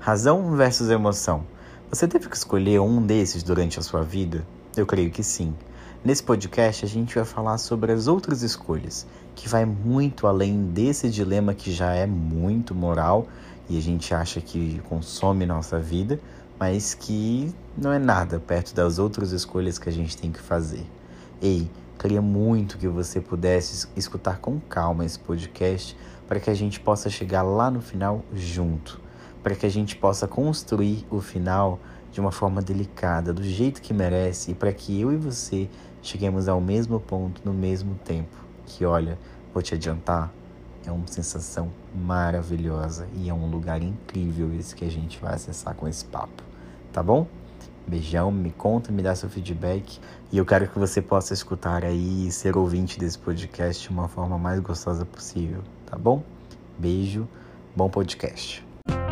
Razão versus emoção. Você teve que escolher um desses durante a sua vida? Eu creio que sim. Nesse podcast a gente vai falar sobre as outras escolhas, que vai muito além desse dilema que já é muito moral e a gente acha que consome nossa vida, mas que não é nada perto das outras escolhas que a gente tem que fazer. Ei, queria muito que você pudesse escutar com calma esse podcast para que a gente possa chegar lá no final junto, para que a gente possa construir o final de uma forma delicada, do jeito que merece, e para que eu e você cheguemos ao mesmo ponto no mesmo tempo. Que olha, vou te adiantar, é uma sensação maravilhosa e é um lugar incrível esse que a gente vai acessar com esse papo, tá bom? Beijão, me conta, me dá seu feedback e eu quero que você possa escutar aí e ser ouvinte desse podcast de uma forma mais gostosa possível, tá bom? Beijo, bom podcast.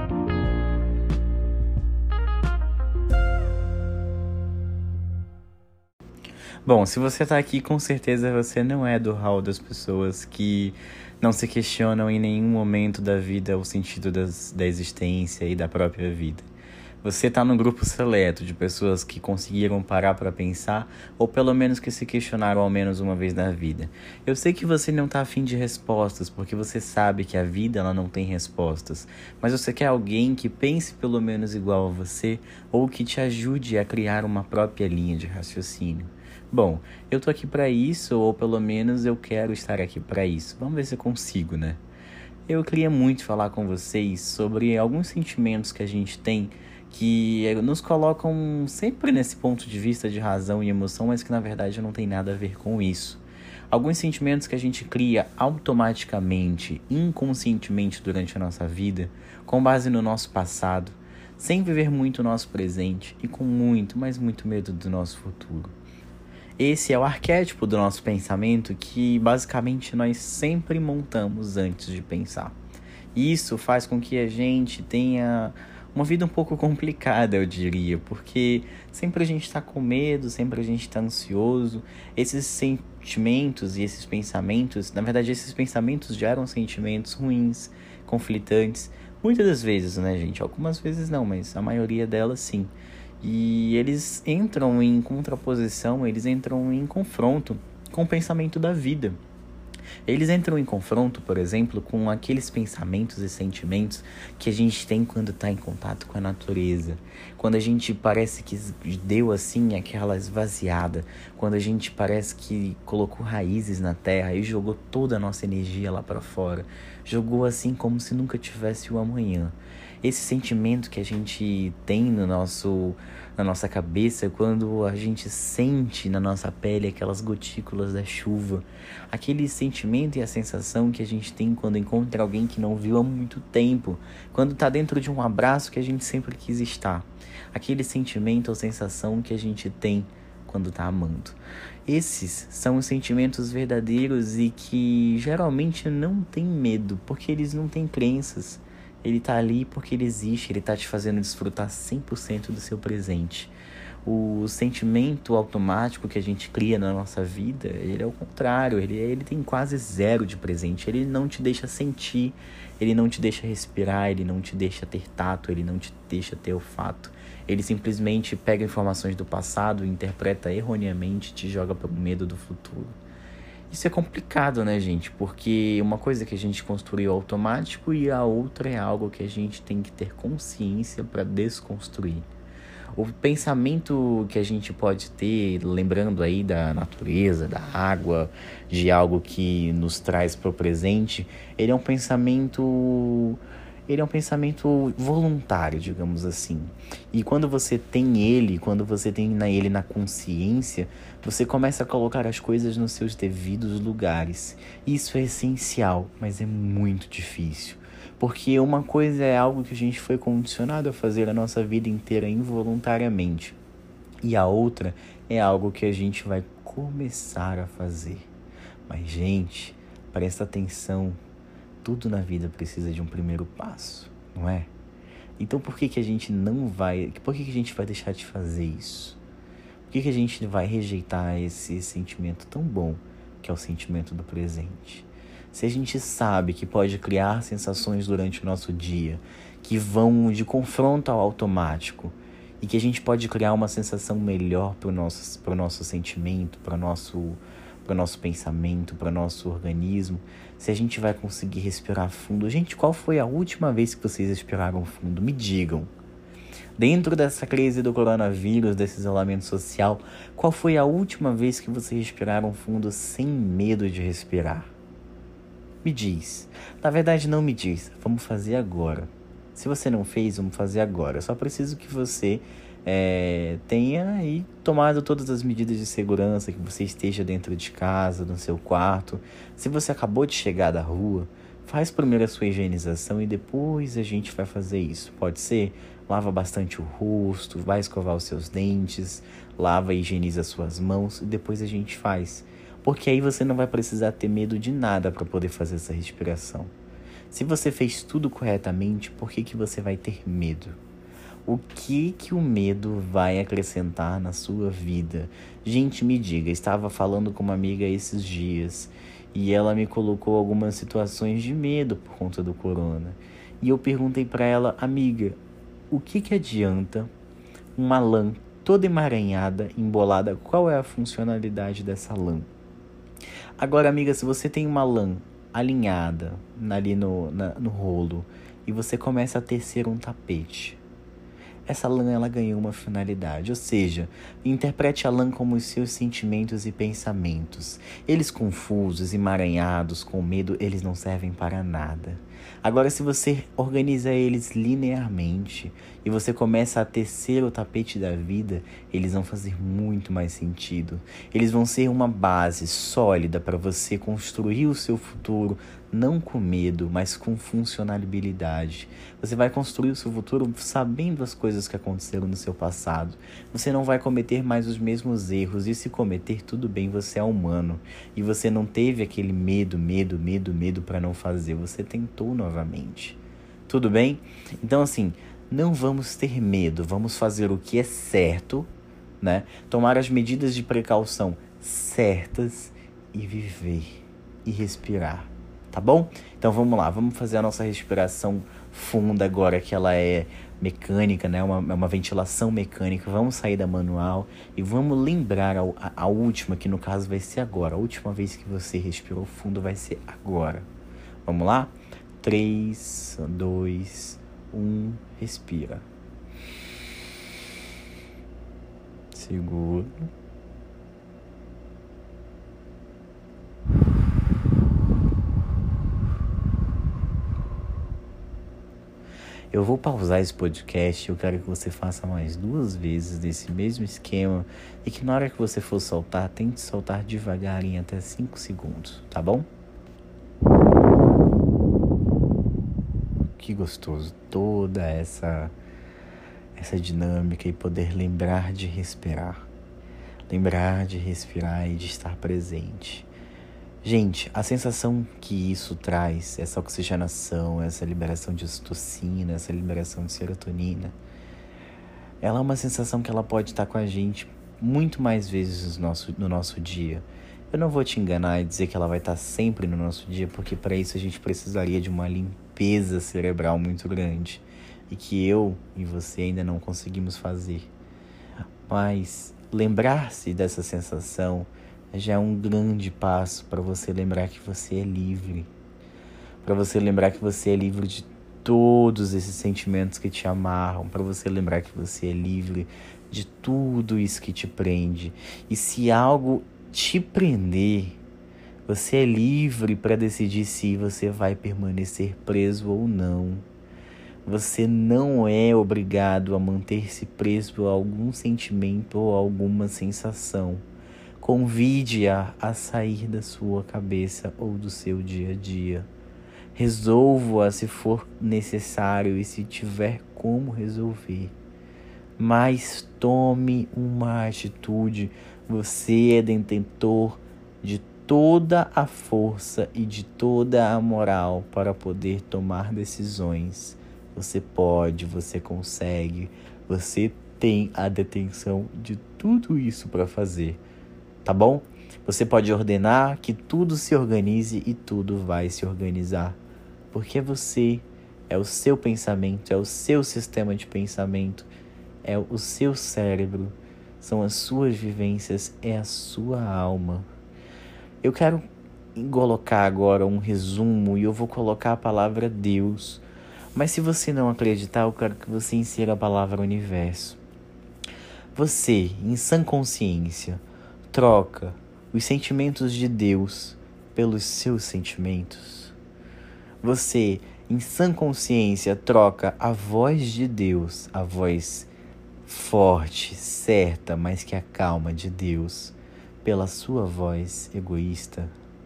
Bom, se você tá aqui, com certeza você não é do hall das pessoas que não se questionam em nenhum momento da vida o sentido da existência e da própria vida. Você tá no grupo seleto de pessoas que conseguiram parar para pensar ou pelo menos que se questionaram ao menos uma vez na vida. Eu sei que você não tá afim de respostas porque você sabe que a vida ela não tem respostas, mas você quer alguém que pense pelo menos igual a você ou que te ajude a criar uma própria linha de raciocínio. Bom, eu tô aqui pra isso, ou pelo menos eu quero estar aqui pra isso. Vamos ver se eu consigo, né? Eu queria muito falar com vocês sobre alguns sentimentos que a gente tem que nos colocam sempre nesse ponto de vista de razão e emoção, mas que na verdade não tem nada a ver com isso. Alguns sentimentos que a gente cria automaticamente, inconscientemente durante a nossa vida, com base no nosso passado, sem viver muito o nosso presente e com muito, mas muito medo do nosso futuro. Esse é o arquétipo do nosso pensamento que basicamente nós sempre montamos antes de pensar. Isso faz com que a gente tenha uma vida um pouco complicada, eu diria, porque sempre a gente está com medo, sempre a gente está ansioso. Esses sentimentos e esses pensamentos, na verdade esses pensamentos geram sentimentos ruins, conflitantes, muitas das vezes, né, gente? Algumas vezes não, mas a maioria delas sim. E eles entram em contraposição, eles entram em confronto com o pensamento da vida. Eles entram em confronto, por exemplo, com aqueles pensamentos e sentimentos que a gente tem quando está em contato com a natureza. Quando a gente parece que deu assim aquela esvaziada. Quando a gente parece que colocou raízes na terra e jogou toda a nossa energia lá para fora. Jogou assim como se nunca tivesse o amanhã. Esse sentimento que a gente tem na nossa cabeça quando a gente sente na nossa pele aquelas gotículas da chuva. Aquele sentimento e a sensação que a gente tem quando encontra alguém que não viu há muito tempo. Quando está dentro de um abraço que a gente sempre quis estar. Aquele sentimento ou sensação que a gente tem quando está amando. Esses são os sentimentos verdadeiros e que geralmente não tem medo, porque eles não têm crenças. Ele tá ali porque ele existe, ele tá te fazendo desfrutar 100% do seu presente. O sentimento automático que a gente cria na nossa vida, ele é o contrário, ele tem quase zero de presente. Ele não te deixa sentir, ele não te deixa respirar, ele não te deixa ter tato, ele não te deixa ter olfato. Ele simplesmente pega informações do passado, interpreta erroneamente e te joga para o medo do futuro. Isso é complicado, né, gente? Porque uma coisa que a gente construiu automático e a outra é algo que a gente tem que ter consciência para desconstruir. O pensamento que a gente pode ter, lembrando aí da natureza, da água, de algo que nos traz para o presente, ele é um pensamento voluntário, digamos assim. E quando você tem ele na consciência, você começa a colocar as coisas nos seus devidos lugares. Isso é essencial, mas é muito difícil. Porque uma coisa é algo que a gente foi condicionado a fazer a nossa vida inteira involuntariamente. E a outra é algo que a gente vai começar a fazer. Mas, gente, presta atenção. Tudo na vida precisa de um primeiro passo, não é? Então por que a gente não vai... Por que a gente vai deixar de fazer isso? Por que a gente vai rejeitar esse sentimento tão bom que é o sentimento do presente? Se a gente sabe que pode criar sensações durante o nosso dia, que vão de confronto ao automático e que a gente pode criar uma sensação melhor para o nosso sentimento, para o nosso pensamento, para o nosso organismo, se a gente vai conseguir respirar fundo. Gente, qual foi a última vez que vocês respiraram fundo? Me digam. Dentro dessa crise do coronavírus, desse isolamento social, qual foi a última vez que vocês respiraram fundo sem medo de respirar? Me diz. Na verdade, não me diz. Vamos fazer agora. Se você não fez, vamos fazer agora. Eu só preciso que você tenha aí tomado todas as medidas de segurança, que você esteja dentro de casa, no seu quarto. Se você acabou de chegar da rua, faz primeiro a sua higienização e depois a gente vai fazer isso. Pode ser? Lava bastante o rosto, vai escovar os seus dentes, lava e higieniza as suas mãos e depois a gente faz. Porque aí você não vai precisar ter medo de nada para poder fazer essa respiração. Se você fez tudo corretamente, por que você vai ter medo? O que o medo vai acrescentar na sua vida? Gente, me diga, estava falando com uma amiga esses dias e ela me colocou algumas situações de medo por conta do corona. E eu perguntei para ela, amiga, o que adianta uma lã toda emaranhada, embolada? Qual é a funcionalidade dessa lã? Agora, amiga, se você tem uma lã alinhada ali no rolo e você começa a tecer um tapete, essa lã ela ganhou uma finalidade, ou seja, interprete a lã como os seus sentimentos e pensamentos. Eles confusos, emaranhados, com medo, eles não servem para nada. Agora, se você organiza eles linearmente e você começa a tecer o tapete da vida, eles vão fazer muito mais sentido. Eles vão ser uma base sólida para você construir o seu futuro, não com medo, mas com funcionalidade. Você vai construir o seu futuro sabendo as coisas que aconteceram no seu passado. Você não vai cometer mais os mesmos erros. E se cometer, tudo bem, você é humano. E você não teve aquele medo para não fazer. Você tentou novamente. Tudo bem? Então, assim, não vamos ter medo. Vamos fazer o que é certo, né? Tomar as medidas de precaução certas e viver e respirar. Tá bom? Então vamos lá, vamos fazer a nossa respiração funda agora, que ela é mecânica, né? Uma ventilação mecânica. Vamos sair da manual e vamos lembrar a última, que no caso vai ser agora. A última vez que você respirou fundo vai ser agora. Vamos lá? 3, 2, 1, respira. Segura. Eu vou pausar esse podcast, eu quero que você faça mais 2 vezes desse mesmo esquema e que na hora que você for soltar, tente soltar devagar em até 5 segundos, tá bom? Que gostoso, toda essa dinâmica e poder lembrar de respirar. Lembrar de respirar e de estar presente. Gente, a sensação que isso traz, essa oxigenação, essa liberação de ocitocina, essa liberação de serotonina, ela é uma sensação que ela pode estar com a gente muito mais vezes no nosso dia. Eu não vou te enganar e dizer que ela vai estar sempre no nosso dia, porque para isso a gente precisaria de uma limpeza cerebral muito grande e que eu e você ainda não conseguimos fazer. Mas lembrar-se dessa sensação já é um grande passo para você lembrar que você é livre. Para você lembrar que você é livre de todos esses sentimentos que te amarram. Para você lembrar que você é livre de tudo isso que te prende. E se algo te prender, você é livre para decidir se você vai permanecer preso ou não. Você não é obrigado a manter-se preso a algum sentimento ou a alguma sensação. Convide-a a sair da sua cabeça ou do seu dia a dia. Resolva-a se for necessário e se tiver como resolver. Mas tome uma atitude. Você é detentor de toda a força e de toda a moral para poder tomar decisões. Você pode, você consegue, você tem a detenção de tudo isso para fazer. Tá bom? Você pode ordenar que tudo se organize e tudo vai se organizar. Porque é você É o seu pensamento, é o seu sistema de pensamento, é o seu cérebro, são as suas vivências, é a sua alma. Eu quero colocar agora um resumo e eu vou colocar a palavra Deus. Mas se você não acreditar, eu quero que você insira a palavra universo. Você, em sã consciência, troca os sentimentos de Deus pelos seus sentimentos. Você, em sã consciência, troca a voz de Deus, a voz forte, certa, mas que acalma de Deus, pela sua voz egoísta.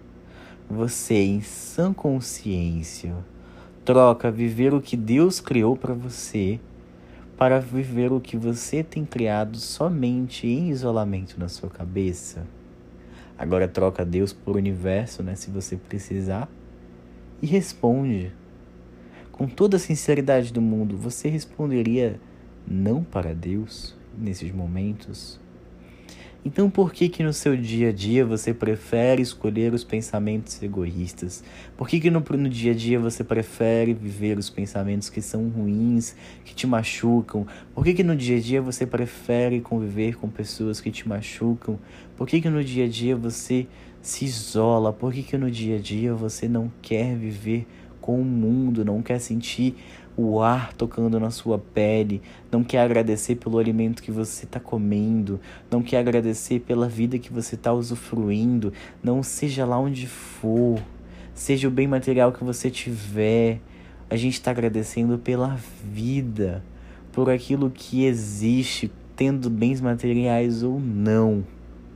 Você, em sã consciência, troca viver o que Deus criou para você para viver o que você tem criado somente em isolamento na sua cabeça. Agora troca Deus por universo, né, se você precisar, e responde. Com toda a sinceridade do mundo, você responderia não para Deus nesses momentos? Então por que no seu dia a dia você prefere escolher os pensamentos egoístas? Por que no dia a dia você prefere viver os pensamentos que são ruins, que te machucam? Por que no dia a dia você prefere conviver com pessoas que te machucam? Por que no dia a dia você se isola? Por que no dia a dia você não quer viver com o mundo, não quer sentir o ar tocando na sua pele, não quer agradecer pelo alimento que você está comendo, não quer agradecer pela vida que você está usufruindo, não seja lá onde for, seja o bem material que você tiver, a gente está agradecendo pela vida, por aquilo que existe, tendo bens materiais ou não.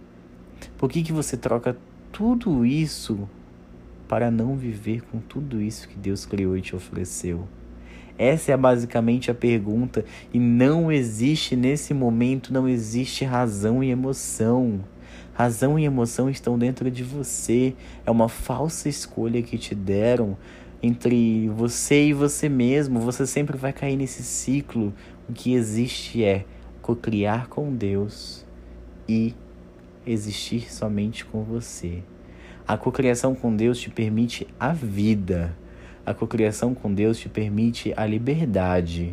Por que você troca tudo isso para não viver com tudo isso que Deus criou e te ofereceu? Essa é basicamente a pergunta, e não existe nesse momento, não existe razão e emoção. Razão e emoção estão dentro de você, é uma falsa escolha que te deram entre você e você mesmo, você sempre vai cair nesse ciclo. O que existe é cocriar com Deus e existir somente com você. A cocriação com Deus te permite a vida. A cocriação com Deus te permite a liberdade.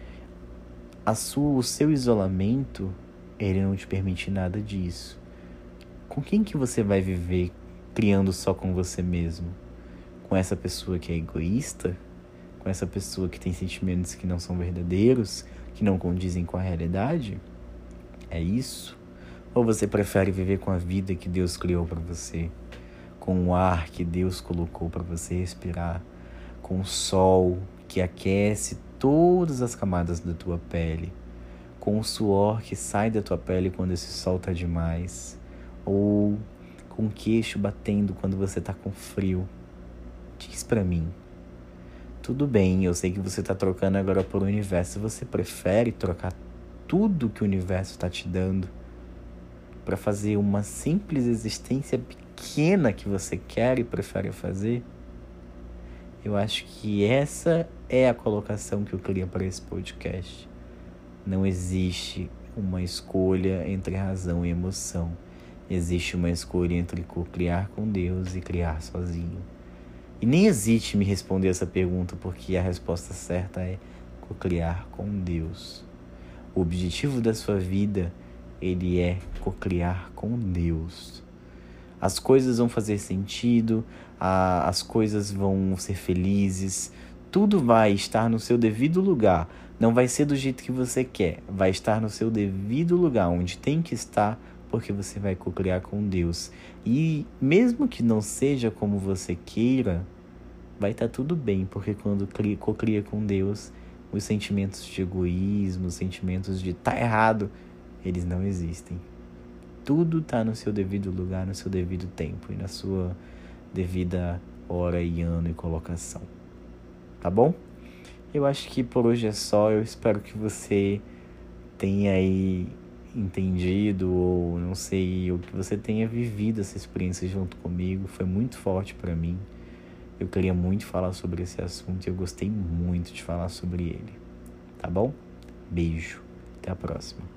O seu isolamento, ele não te permite nada disso. Com quem que você vai viver criando só com você mesmo? Com essa pessoa que é egoísta? Com essa pessoa que tem sentimentos que não são verdadeiros? Que não condizem com a realidade? É isso? Ou você prefere viver com a vida que Deus criou para você? Com o ar que Deus colocou para você respirar? Com o sol que aquece todas as camadas da tua pele, com o suor que sai da tua pele quando esse sol tá demais, ou com o queixo batendo quando você tá com frio. Diz pra mim. Tudo bem, eu sei que você tá trocando agora por universo, você prefere trocar tudo que o universo tá te dando para fazer uma simples existência pequena que você quer e prefere fazer? Eu acho que essa é a colocação que eu queria para esse podcast. Não existe uma escolha entre razão e emoção. Existe uma escolha entre co-criar com Deus e criar sozinho. E nem hesite em me responder essa pergunta, porque a resposta certa é co-criar com Deus. O objetivo da sua vida, ele é co-criar com Deus. As coisas vão fazer sentido, as coisas vão ser felizes, tudo vai estar no seu devido lugar. Não vai ser do jeito que você quer, vai estar no seu devido lugar, onde tem que estar, porque você vai co-criar com Deus. E mesmo que não seja como você queira, vai estar tudo bem, porque quando co-cria com Deus, os sentimentos de egoísmo, os sentimentos de tá errado, eles não existem. Tudo está no seu devido lugar, no seu devido tempo e na sua devida hora e ano e colocação. Tá bom? Eu acho que por hoje é só. Eu espero que você tenha aí entendido, ou não sei, ou que você tenha vivido essa experiência junto comigo. Foi muito forte para mim. Eu queria muito falar sobre esse assunto e eu gostei muito de falar sobre ele. Tá bom? Beijo. Até a próxima.